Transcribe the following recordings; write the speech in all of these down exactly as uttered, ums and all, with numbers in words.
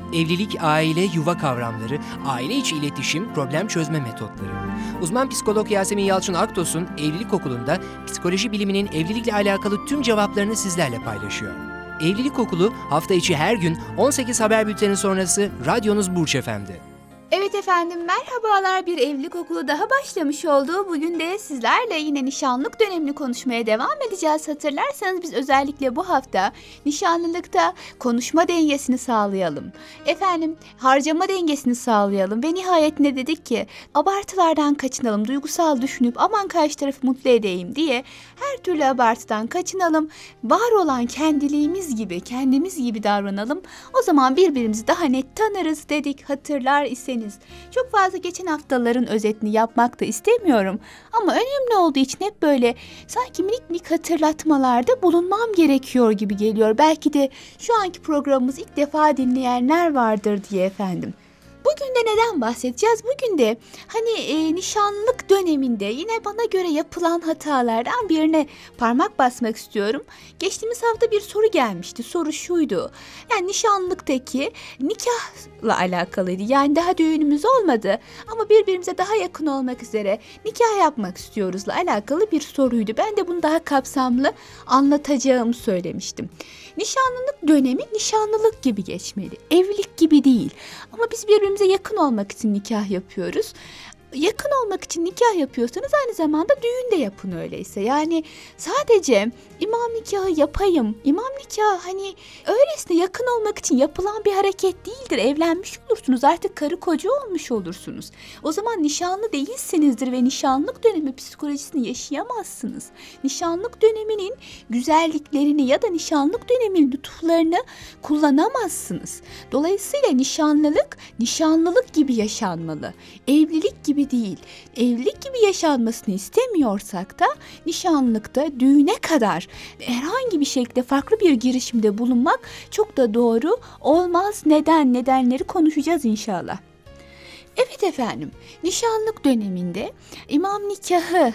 Evlilik, aile, yuva kavramları, aile içi iletişim, problem çözme metotları. Uzman psikolog Yasemin Yalçın Aktos'un Evlilik Okulu'nda psikoloji biliminin evlilikle alakalı tüm cevaplarını sizlerle paylaşıyor. Evlilik Okulu hafta içi her gün on sekiz haber bülteni sonrası radyonuz Burç Efendi. Evet efendim, merhabalar. Bir evlilik okulu daha başlamış oldu. Bugün de sizlerle yine nişanlık dönemini konuşmaya devam edeceğiz. Hatırlarsanız biz özellikle bu hafta nişanlılıkta konuşma dengesini sağlayalım. Efendim harcama dengesini sağlayalım ve nihayetinde dedik ki abartılardan kaçınalım. Duygusal düşünüp aman karşı tarafı mutlu edeyim diye her türlü abartıdan kaçınalım. Var olan kendiliğimiz gibi, kendimiz gibi davranalım. O zaman birbirimizi daha net tanırız dedik, hatırlar iseniz. Çok fazla geçen haftaların özetini yapmak da istemiyorum. Ama önemli olduğu için hep böyle sanki minik minik hatırlatmalarda bulunmam gerekiyor gibi geliyor. Belki de şu anki programımızı ilk defa dinleyenler vardır diye efendim. Bugün de neden bahsedeceğiz? Bugün de hani e, nişanlık döneminde yine bana göre yapılan hatalardan birine parmak basmak istiyorum. Geçtiğimiz hafta bir soru gelmişti. Soru şuydu. Yani nişanlıktaki nikahla alakalıydı. Yani daha düğünümüz olmadı ama birbirimize daha yakın olmak üzere nikah yapmak istiyoruzla alakalı bir soruydu. Ben de bunu daha kapsamlı anlatacağımı söylemiştim. Nişanlılık dönemi nişanlılık gibi geçmeli. Evlilik gibi değil. Ama biz birbirimize yakın olmak için nikah yapıyoruz. Yakın olmak için nikah yapıyorsanız aynı zamanda düğün de yapın öyleyse. Yani sadece imam nikahı yapayım, imam nikahı hani öylesine yakın olmak için yapılan bir hareket değildir. Evlenmiş olursunuz, artık karı koca olmuş olursunuz. O zaman nişanlı değilsinizdir ve nişanlık dönemi psikolojisini yaşayamazsınız. Nişanlık döneminin güzelliklerini ya da nişanlık döneminin lütuflarını kullanamazsınız. Dolayısıyla nişanlılık, nişanlılık gibi yaşanmalı. Evlilik gibi değil. Evlilik gibi yaşanmasını istemiyorsak da nişanlıkta düğüne kadar herhangi bir şekilde farklı bir girişimde bulunmak çok da doğru olmaz. Neden? Nedenleri konuşacağız inşallah. Evet efendim, nişanlık döneminde imam nikahı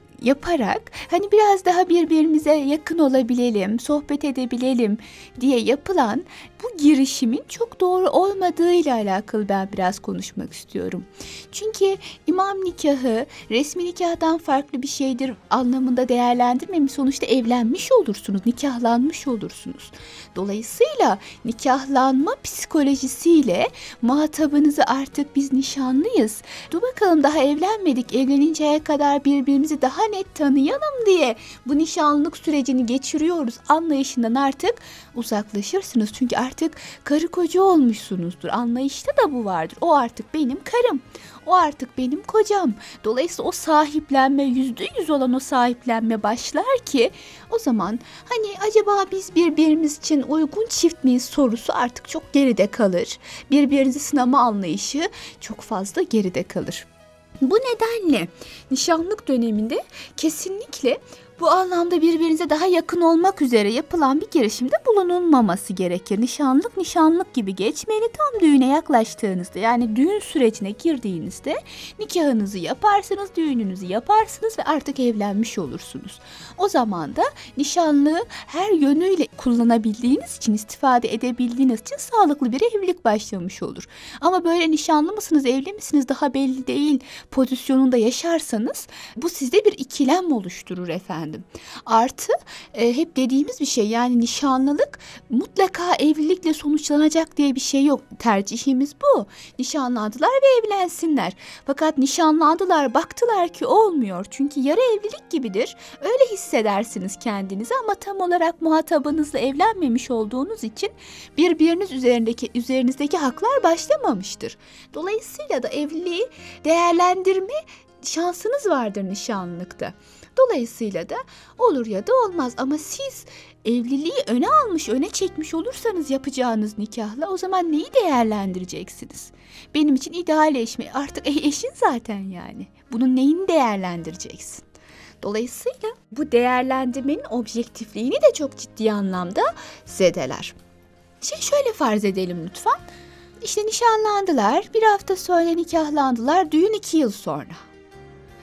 yaparak hani biraz daha birbirimize yakın olabilelim, sohbet edebilelim diye yapılan bu girişimin çok doğru olmadığıyla alakalı ben biraz konuşmak istiyorum. Çünkü imam nikahı resmi nikahdan farklı bir şeydir anlamında değerlendirmemiş, sonuçta evlenmiş olursunuz, nikahlanmış olursunuz. Dolayısıyla nikahlanma psikolojisiyle muhatabınızı artık biz nişanlıyız, dur bakalım daha evlenmedik, evleninceye kadar birbirimizi daha net tanıyalım diye bu nişanlılık sürecini geçiriyoruz anlayışından artık uzaklaşırsınız. Çünkü artık karı koca olmuşsunuzdur. Anlayışta da bu vardır. O artık benim karım. O artık benim kocam. Dolayısıyla o sahiplenme, yüzde yüz olan o sahiplenme başlar ki o zaman hani acaba biz birbirimiz için uygun çift miyiz sorusu artık çok geride kalır. Birbirinizi sınama anlayışı çok fazla geride kalır. Bu nedenle nişanlık döneminde kesinlikle bu anlamda birbirinize daha yakın olmak üzere yapılan bir girişimde bulunulmaması gerekir. Nişanlık nişanlık gibi geçmeli. Tam düğüne yaklaştığınızda, yani düğün sürecine girdiğinizde nikahınızı yaparsınız, düğününüzü yaparsınız ve artık evlenmiş olursunuz. O zaman da nişanlığı her yönüyle kullanabildiğiniz için, istifade edebildiğiniz için sağlıklı bir evlilik başlamış olur. Ama böyle nişanlı mısınız, evli misiniz daha belli değil pozisyonunda yaşarsanız bu sizde bir ikilem oluşturur efendim. Artı e, hep dediğimiz bir şey, yani nişanlılık mutlaka evlilikle sonuçlanacak diye bir şey yok. Tercihimiz bu. Nişanlandılar ve evlensinler. Fakat nişanlandılar, baktılar ki olmuyor. Çünkü yarı evlilik gibidir. Öyle hissedersiniz kendinizi ama tam olarak muhatabınızla evlenmemiş olduğunuz için birbiriniz üzerindeki üzerinizdeki haklar başlamamıştır. Dolayısıyla da evliliği değerlendirme şansınız vardır nişanlılıkta. Dolayısıyla da olur ya da olmaz, ama siz evliliği öne almış, öne çekmiş olursanız yapacağınız nikahla o zaman neyi değerlendireceksiniz? Benim için ideal eş mi? Artık eşin zaten yani. Bunun neyini değerlendireceksin? Dolayısıyla bu değerlendirmenin objektifliğini de çok ciddi anlamda zedeler. Şey şöyle farz edelim lütfen. İşte nişanlandılar, bir hafta sonra nikahlandılar, düğün iki yıl sonra.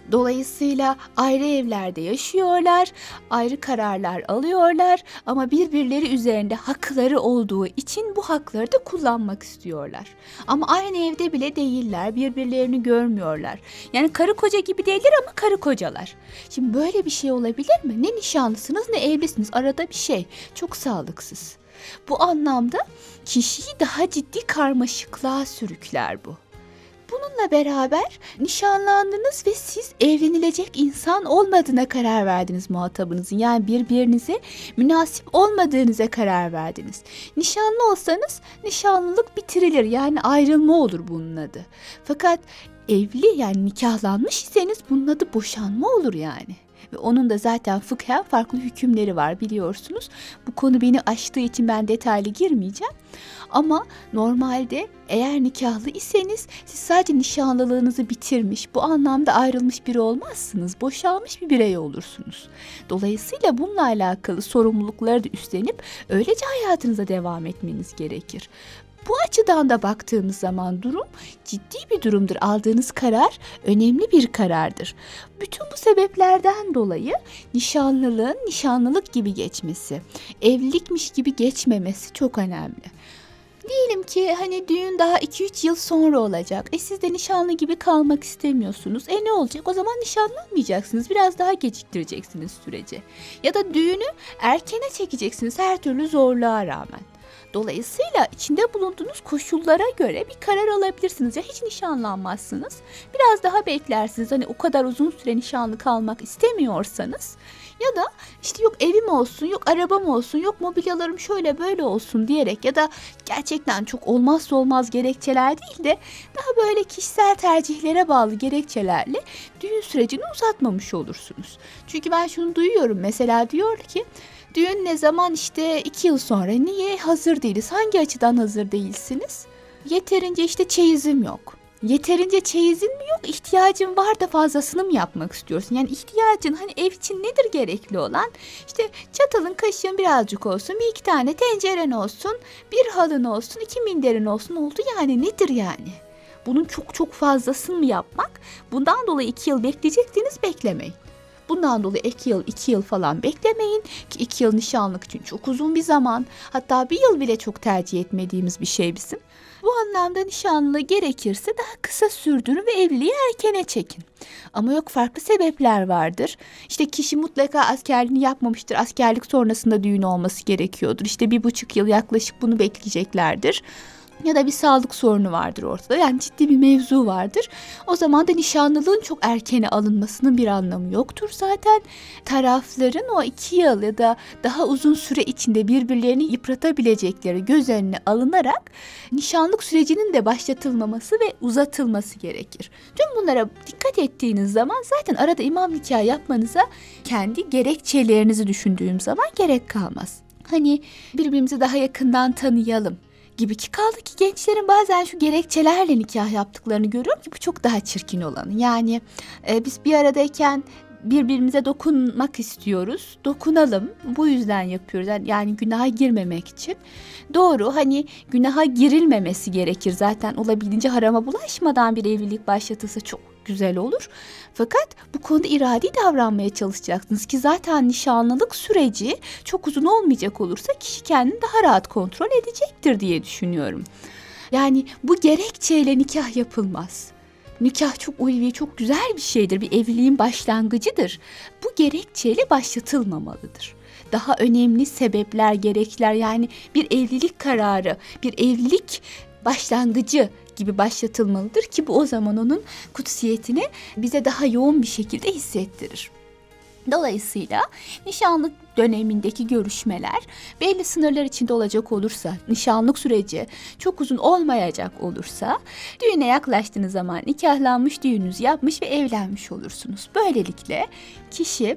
Dolayısıyla ayrı evlerde yaşıyorlar, ayrı kararlar alıyorlar ama birbirleri üzerinde hakları olduğu için bu hakları da kullanmak istiyorlar. Ama aynı evde bile değiller, birbirlerini görmüyorlar. Yani karı koca gibi değiller ama karı kocalar. Şimdi böyle bir şey olabilir mi? Ne nişanlısınız ne evlisiniz, arada bir şey. Çok sağlıksız. Bu anlamda kişiyi daha ciddi karmaşıklığa sürükler bu. Bununla beraber nişanlandınız ve siz evlenilecek insan olmadığına karar verdiniz muhatabınızın. Yani birbirinize münasip olmadığınıza karar verdiniz. Nişanlı olsanız nişanlılık bitirilir, yani ayrılma olur bunun adı. Fakat evli, yani nikahlanmış iseniz bunun adı boşanma olur yani. Ve onun da zaten fıkhen farklı hükümleri var biliyorsunuz. Bu konu beni aştığı için ben detaylı girmeyeceğim. Ama normalde eğer nikahlı iseniz siz sadece nişanlılığınızı bitirmiş, bu anlamda ayrılmış biri olmazsınız. Boşanmış bir birey olursunuz. Dolayısıyla bununla alakalı sorumlulukları da üstlenip öylece hayatınıza devam etmeniz gerekir. Bu açıdan da baktığımız zaman durum ciddi bir durumdur. Aldığınız karar önemli bir karardır. Bütün bu sebeplerden dolayı nişanlılığın nişanlılık gibi geçmesi, evlilikmiş gibi geçmemesi çok önemli. Diyelim ki hani düğün daha iki üç yıl sonra olacak. E siz de nişanlı gibi kalmak istemiyorsunuz. E ne olacak? O zaman nişanlanmayacaksınız. Biraz daha geciktireceksiniz süreci. Ya da düğünü erkene çekeceksiniz her türlü zorluğa rağmen. Dolayısıyla içinde bulunduğunuz koşullara göre bir karar alabilirsiniz. Ya hiç nişanlanmazsınız, biraz daha beklersiniz. Hani o kadar uzun süre nişanlı kalmak istemiyorsanız, ya da işte yok evim olsun, yok arabam olsun, yok mobilyalarım şöyle böyle olsun diyerek ya da gerçekten çok olmazsa olmaz gerekçeler değil de daha böyle kişisel tercihlere bağlı gerekçelerle düğün sürecini uzatmamış olursunuz. Çünkü ben şunu duyuyorum, mesela diyor ki düğün ne zaman, işte iki yıl sonra. Niye? Hazır değiliz. Hangi açıdan hazır değilsiniz? Yeterince işte çeyizim yok. Yeterince çeyizin mi yok? İhtiyacın var da fazlasını mı yapmak istiyorsun? Yani ihtiyacın, hani ev için nedir gerekli olan? İşte çatalın kaşığın birazcık olsun, bir iki tane tenceren olsun, bir halın olsun, iki minderin olsun, oldu yani. Nedir yani? Bunun çok çok fazlasını mı yapmak? Bundan dolayı iki yıl bekleyecektiniz, beklemeyin. Bundan dolayı iki yıl, iki yıl falan beklemeyin ki iki yıl nişanlık için çok uzun bir zaman. Hatta bir yıl bile çok tercih etmediğimiz bir şey bizim. Bu anlamda nişanlılığı gerekirse daha kısa sürdürün ve evliliği erkene çekin. Ama yok, farklı sebepler vardır. İşte kişi mutlaka askerliğini yapmamıştır. Askerlik sonrasında düğün olması gerekiyordur. İşte bir buçuk yıl yaklaşık bunu bekleyeceklerdir. Ya da bir sağlık sorunu vardır ortada. Yani ciddi bir mevzu vardır. O zaman da nişanlılığın çok erkene alınmasının bir anlamı yoktur zaten. Tarafların o iki yıl ya da daha uzun süre içinde birbirlerini yıpratabilecekleri göz önüne alınarak nişanlık sürecinin de başlatılmaması ve uzatılması gerekir. Tüm bunlara dikkat ettiğiniz zaman zaten arada imam nikahı yapmanıza, kendi gerekçelerinizi düşündüğüm zaman gerek kalmaz. Hani birbirimizi daha yakından tanıyalım gibi, ki kaldı ki gençlerin bazen şu gerekçelerle nikah yaptıklarını görüyorum ki bu çok daha çirkin olanı. Yani e, biz bir aradayken birbirimize dokunmak istiyoruz. Dokunalım. Bu yüzden yapıyoruz. Yani, yani günaha girmemek için. Doğru, hani günaha girilmemesi gerekir. Zaten olabildiğince harama bulaşmadan bir evlilik başlatılsa çok güzel olur. Fakat bu konuda iradi davranmaya çalışacaksınız ki zaten nişanlılık süreci çok uzun olmayacak olursa kişi kendini daha rahat kontrol edecektir diye düşünüyorum. Yani bu gerekçeyle nikah yapılmaz. Nikah çok ulvi, çok güzel bir şeydir. Bir evliliğin başlangıcıdır. Bu gerekçeyle başlatılmamalıdır. Daha önemli sebepler, gerekler, yani bir evlilik kararı, bir evlilik başlangıcı gibi başlatılmalıdır ki bu o zaman onun kutsiyetini bize daha yoğun bir şekilde hissettirir. Dolayısıyla nişanlık dönemindeki görüşmeler belli sınırlar içinde olacak olursa, nişanlık süreci çok uzun olmayacak olursa, düğüne yaklaştığınız zaman nikahlanmış, düğününüzü yapmış ve evlenmiş olursunuz. Böylelikle kişi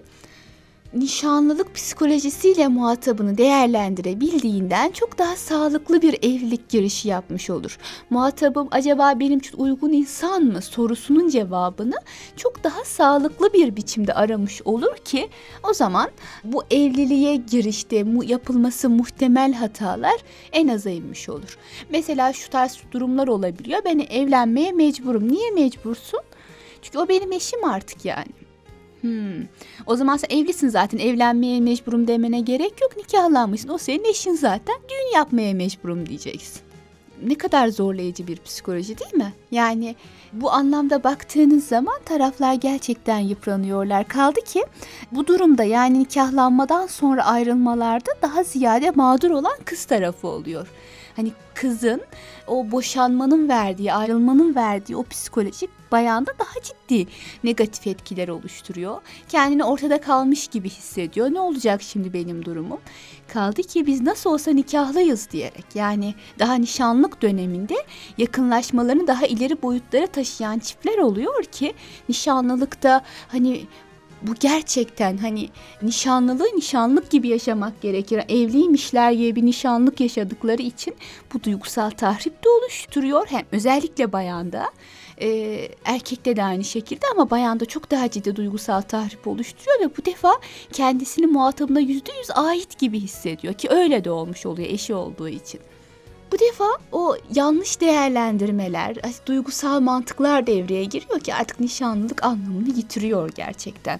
nişanlılık psikolojisiyle muhatabını değerlendirebildiğinden çok daha sağlıklı bir evlilik girişi yapmış olur. Muhatabım acaba benim için uygun insan mı sorusunun cevabını çok daha sağlıklı bir biçimde aramış olur ki o zaman bu evliliğe girişte mu yapılması muhtemel hatalar en aza inmiş olur. Mesela şu tarz durumlar olabiliyor. Ben evlenmeye mecburum. Niye mecbursun? Çünkü o benim eşim artık yani. Hmm. O zaman sen evlisin zaten, evlenmeye mecburum demene gerek yok, nikahlanmışsın. O senin eşin zaten, düğün yapmaya mecburum diyeceksin. Ne kadar zorlayıcı bir psikoloji değil mi? Yani bu anlamda baktığınız zaman taraflar gerçekten yıpranıyorlar. Kaldı ki bu durumda, yani nikahlanmadan sonra ayrılmalarda daha ziyade mağdur olan kız tarafı oluyor. Hani kızın o boşanmanın verdiği, ayrılmanın verdiği o psikolojik bayanda daha ciddi negatif etkiler oluşturuyor. Kendini ortada kalmış gibi hissediyor. Ne olacak şimdi benim durumum? Kaldı ki biz nasıl olsa nikahlıyız diyerek, yani daha nişanlık döneminde yakınlaşmalarını daha ileri boyutlara taşıyan çiftler oluyor ki nişanlılıkta hani bu gerçekten hani nişanlılığı nişanlık gibi yaşamak gerekir. Evliymişler gibi bir nişanlık yaşadıkları için bu duygusal tahrip de oluşturuyor. Hem özellikle bayanda, e, erkekte de aynı şekilde, ama bayanda çok daha ciddi duygusal tahrip oluşturuyor ve bu defa kendisini muhatabına yüzde yüz ait gibi hissediyor ki öyle de olmuş oluyor eşi olduğu için. Bu defa o yanlış değerlendirmeler, duygusal mantıklar devreye giriyor ki artık nişanlılık anlamını yitiriyor gerçekten.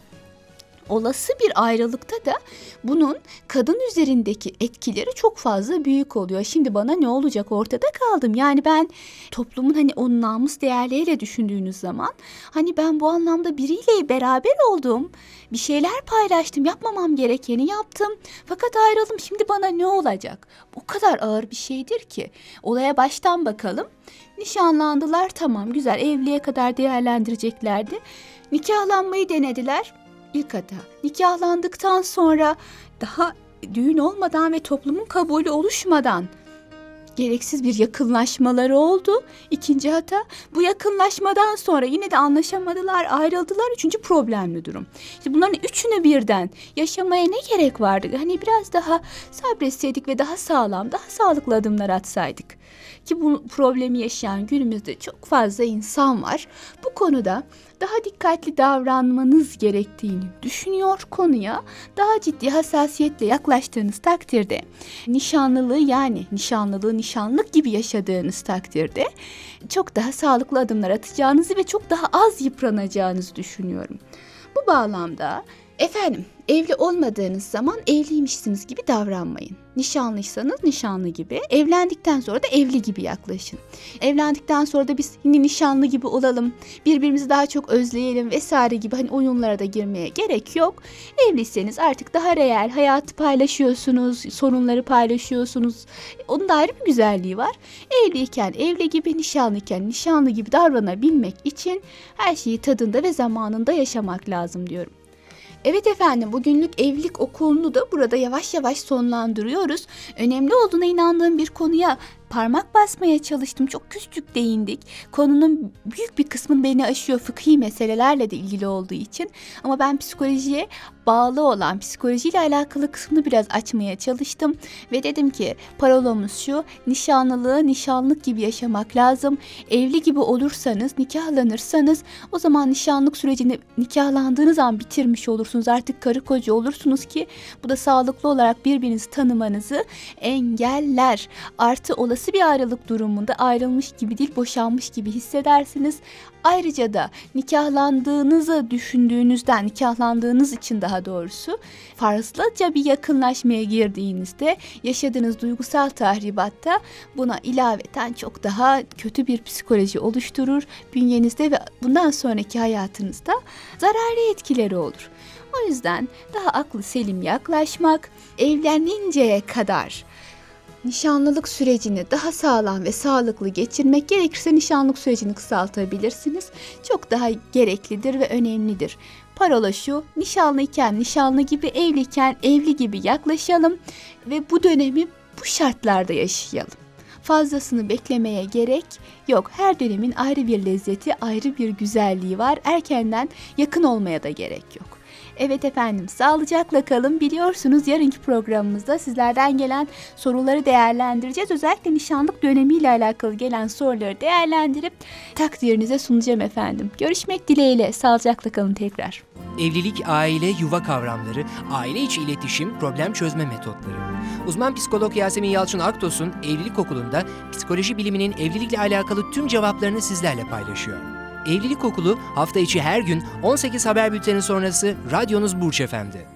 Olası bir ayrılıkta da bunun kadın üzerindeki etkileri çok fazla büyük oluyor. Şimdi bana ne olacak, ortada kaldım. Yani ben toplumun hani o namus değerleriyle düşündüğünüz zaman hani ben bu anlamda biriyle beraber oldum. Bir şeyler paylaştım, yapmamam gerekeni yaptım. Fakat ayrıldım, şimdi bana ne olacak? O kadar ağır bir şeydir ki. Olaya baştan bakalım. Nişanlandılar, tamam güzel, evliliğe kadar değerlendireceklerdi. Nikahlanmayı denediler. İlk hata. Nikahlandıktan sonra daha düğün olmadan ve toplumun kabulü oluşmadan gereksiz bir yakınlaşmaları oldu. İkinci hata, bu yakınlaşmadan sonra yine de anlaşamadılar, ayrıldılar. Üçüncü problemli durum. İşte bunların üçünü birden yaşamaya ne gerek vardı? Hani biraz daha sabretseydik ve daha sağlam, daha sağlıklı adımlar atsaydık. Ki bu problemi yaşayan günümüzde çok fazla insan var. Bu konuda daha dikkatli davranmanız gerektiğini düşünüyor, konuya daha ciddi hassasiyetle yaklaştığınız takdirde, nişanlılığı yani nişanlılığı nişanlık gibi yaşadığınız takdirde çok daha sağlıklı adımlar atacağınızı ve çok daha az yıpranacağınızı düşünüyorum. Bu bağlamda efendim, evli olmadığınız zaman evliymişsiniz gibi davranmayın. Nişanlıysanız nişanlı gibi, evlendikten sonra da evli gibi yaklaşın. Evlendikten sonra da biz yine nişanlı gibi olalım, birbirimizi daha çok özleyelim vesaire gibi hani oyunlara da girmeye gerek yok. Evliyseniz artık daha reel, hayatı paylaşıyorsunuz, sorunları paylaşıyorsunuz. Onun da ayrı bir güzelliği var. Evliyken evli gibi, nişanlıyken nişanlı gibi davranabilmek için her şeyi tadında ve zamanında yaşamak lazım diyorum. Evet efendim, bugünlük evlilik okulunu da burada yavaş yavaş sonlandırıyoruz. Önemli olduğuna inandığım bir konuya parmak basmaya çalıştım. Çok küçük değindik. Konunun büyük bir kısmını beni aşıyor, fıkhi meselelerle de ilgili olduğu için. Ama ben psikolojiye bağlı olan, psikolojiyle alakalı kısmını biraz açmaya çalıştım. Ve dedim ki parolomuz şu: nişanlılığı nişanlık gibi yaşamak lazım. Evli gibi olursanız, nikahlanırsanız o zaman nişanlık sürecini nikahlandığınız an bitirmiş olursunuz. Artık karı koca olursunuz ki bu da sağlıklı olarak birbirinizi tanımanızı engeller. Artı olası bir ayrılık durumunda ayrılmış gibi değil, boşanmış gibi hissedersiniz. Ayrıca da nikahlandığınızı düşündüğünüzden, nikahlandığınız için daha doğrusu fazlaca bir yakınlaşmaya girdiğinizde yaşadığınız duygusal tahribatta buna ilaveten çok daha kötü bir psikoloji oluşturur bünyenizde ve bundan sonraki hayatınızda zararlı etkileri olur. O yüzden daha aklı selim yaklaşmak, evleninceye kadar nişanlılık sürecini daha sağlam ve sağlıklı geçirmek, gerekirse nişanlık sürecini kısaltabilirsiniz. Çok daha gereklidir ve önemlidir. Parola şu: nişanlıyken nişanlı gibi, evliyken evli gibi yaklaşalım ve bu dönemi bu şartlarda yaşayalım. Fazlasını beklemeye gerek yok. Her dönemin ayrı bir lezzeti, ayrı bir güzelliği var. Erkenden yakın olmaya da gerek yok. Evet efendim, sağlıcakla kalın. Biliyorsunuz yarınki programımızda sizlerden gelen soruları değerlendireceğiz. Özellikle nişanlık dönemiyle alakalı gelen soruları değerlendirip takdirinize sunacağım efendim. Görüşmek dileğiyle, sağlıcakla kalın tekrar. Evlilik, aile, yuva kavramları, aile içi iletişim, problem çözme metotları. Uzman psikolog Yasemin Yalçın Aktos'un Evlilik Okulu'nda psikoloji biliminin evlilikle alakalı tüm cevaplarını sizlerle paylaşıyor. Evlilik Okulu hafta içi her gün on sekiz haber bülteni sonrası radyonuz Burç F M'de.